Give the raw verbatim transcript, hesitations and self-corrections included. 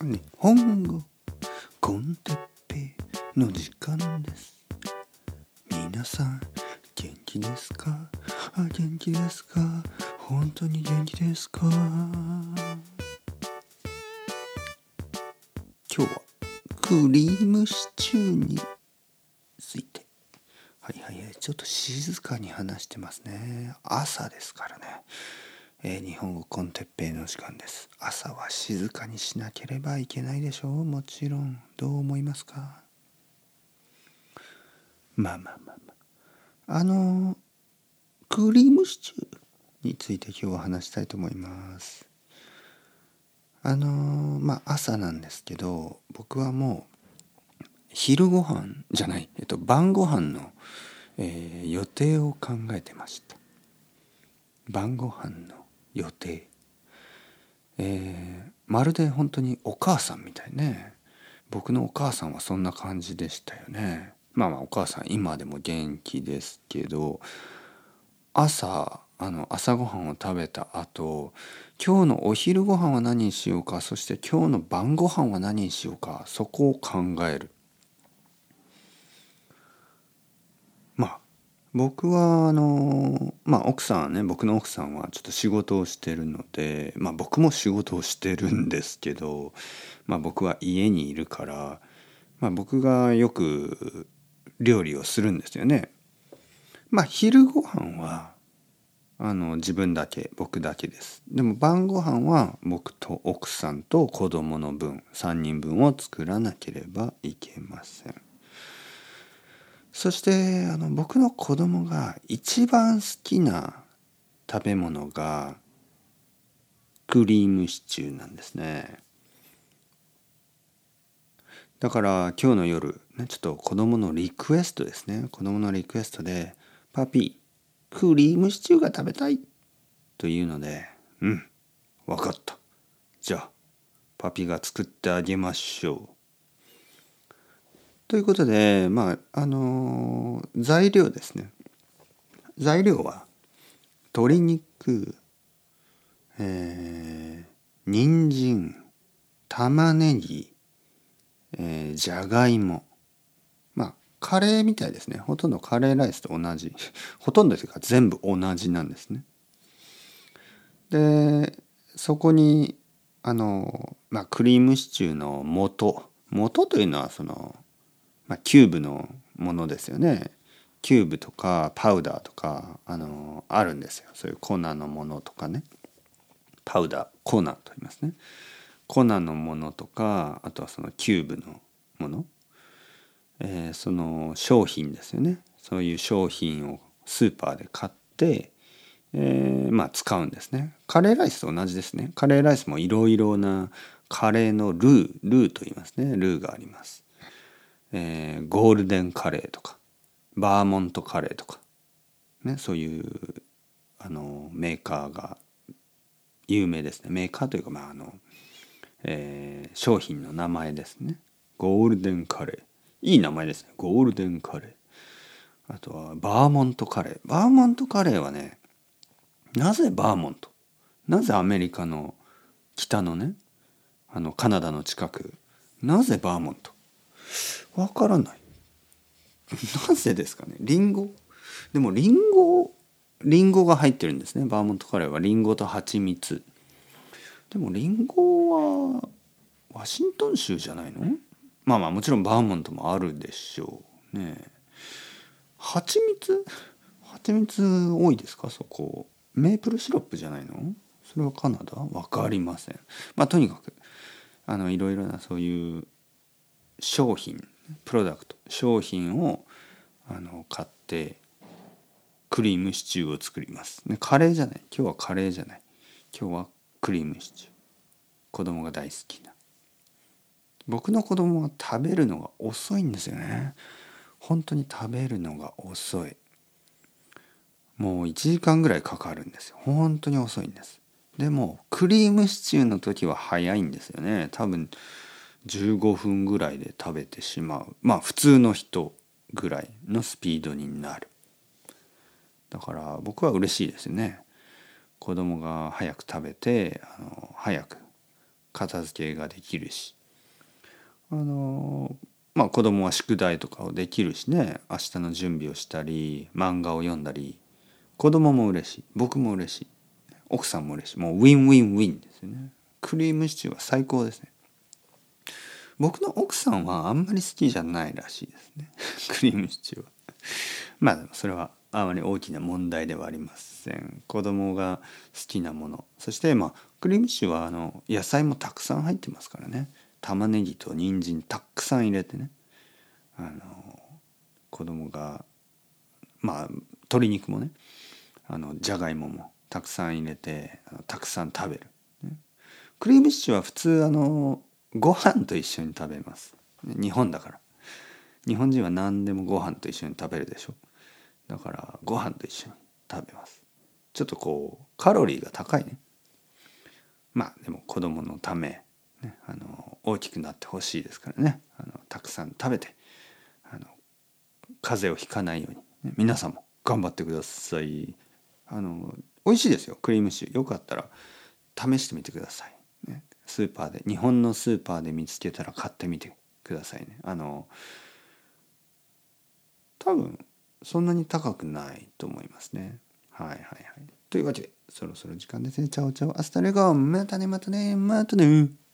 日本語コンテッペイの時間です。皆さん元気ですか？あ、元気ですか？本当に元気ですか？今日はクリームシチューについて。はいはいはい、ちょっと静かに話してますね。朝ですからね。えー、日本語コンテッペイの時間です。朝は静かにしなければいけないでしょう。もちろん。どう思いますか？まあまあまあまあ。あのクリームシチューについて今日は話したいと思います。あのまあ朝なんですけど、僕はもう昼ご飯じゃない、えっと晩ご飯の、えー予定を考えてました。晩ご飯の予定。えーまるで本当にお母さんみたいね。僕のお母さんはそんな感じでしたよね。まあまあお母さん今でも元気ですけど、朝あの朝ごはんを食べた後、今日のお昼ご飯は何にしようか、そして今日の晩ご飯は何にしようか、そこを考える。まあ僕はあのまあ奥さんはね、僕の奥さんはちょっと仕事をしてるので、まあ僕も仕事をしてるんですけど、まあ僕は家にいるから、まあ僕がよく料理をするんですよね。まあ昼ご飯はあの自分だけ、僕だけです。でも晩ご飯は僕と奥さんと子供の分さんにんぶんを作らなければいけません。そしてあの僕の子供が一番好きな食べ物がクリームシチューなんですね。だから今日の夜、ね、ちょっと子供のリクエストですね。子供のリクエストで、パピー、クリームシチューが食べたいというので、うん、わかった。じゃあ、パピが作ってあげましょう。ということで、まあ、あのー材料ですね。材料は、鶏肉、えー、人参、玉ねぎ、えー、じゃがいも。まあ、カレーみたいですね。ほとんどカレーライスと同じ。ほとんどというか全部同じなんですね。で、そこに、あの、まあ、クリームシチューの素。素というのは、その、まあ、キューブのものですよね。キューブとかパウダーとか、あの、あるんですよ。そういう粉のものとかね。パウダー、粉と言いますね。粉のものとか、あとはそのキューブのもの。えーその商品ですよね。そういう商品をスーパーで買って、えーまあ使うんですね。カレーライスと同じですね。カレーライスもいろいろなカレーのルー、ルーと言いますね。ルーがあります。えーゴールデンカレーとか、バーモントカレーとか、ね、そういうあのメーカーが有名ですね。メーカーというか、まああの、えー商品の名前ですね。ゴールデンカレー。いい名前ですね。ゴールデンカレー。あとはバーモントカレー。バーモントカレーはね、なぜバーモント、なぜアメリカの北のね、あのカナダの近く、なぜバーモント、わからない。なぜですかね。リンゴ、でもリンゴ、リンゴが入ってるんですね。バーモントカレーはリンゴと蜂蜜。でもリンゴはワシントン州じゃないの？まあまあもちろんバーモントもあるでしょうね。蜂蜜、蜂蜜多いですかそこ？メープルシロップじゃないの？それはカナダ？わかりません。まあとにかくあのいろいろなそういう商品、プロダクト、商品をあの買ってクリームシチューを作ります。ね、カレーじゃない。今日はカレーじゃない。今日はクリームシチュー。子供が大好きな。僕の子供は食べるのが遅いんですよね。本当に食べるのが遅い。もういちじかんぐらいかかるんですよ。本当に遅いんです。でもクリームシチューの時は早いんですよね。多分じゅうごふんぐらいで食べてしまう。まあ普通の人ぐらいのスピードになる。だから僕は嬉しいですね。子供が早く食べて、あの早く片付けができるし、 あのまあ子供は宿題とかをできるしね、明日の準備をしたり漫画を読んだり、子供も嬉しい、僕も嬉しい、奥さんも嬉しい、もうウィンウィンウィンですよね。クリームシチューは最高ですね。僕の奥さんはあんまり好きじゃないらしいですねクリームシチューは。まあでもそれはあまり大きな問題ではありません。子供が好きなもの、そしてまあクリームシチューはあの野菜もたくさん入ってますからね。玉ねぎと人参たくさん入れてね、あの子供がまあ鶏肉もね、あのじゃがいももたくさん入れてたくさん食べる。クリームシチューは普通あのご飯と一緒に食べます。日本だから。日本人は何でもご飯と一緒に食べるでしょ。だからご飯と一緒に食べます。ちょっとこうカロリーが高いね。まあでも子供のため、ね、あの大きくなってほしいですからね。あのたくさん食べて、あの風邪をひかないように、ね、皆さんも頑張ってください。あの美味しいですよ、クリームシチュー。よかったら試してみてください、ね、スーパーで、日本のスーパーで見つけたら買ってみてくださいね。あの多分そんなに高くないと思いますね。はいはいはい。というわけでそろそろ時間ですね。チャオチャオアスタレゴ、またねまたねまたね。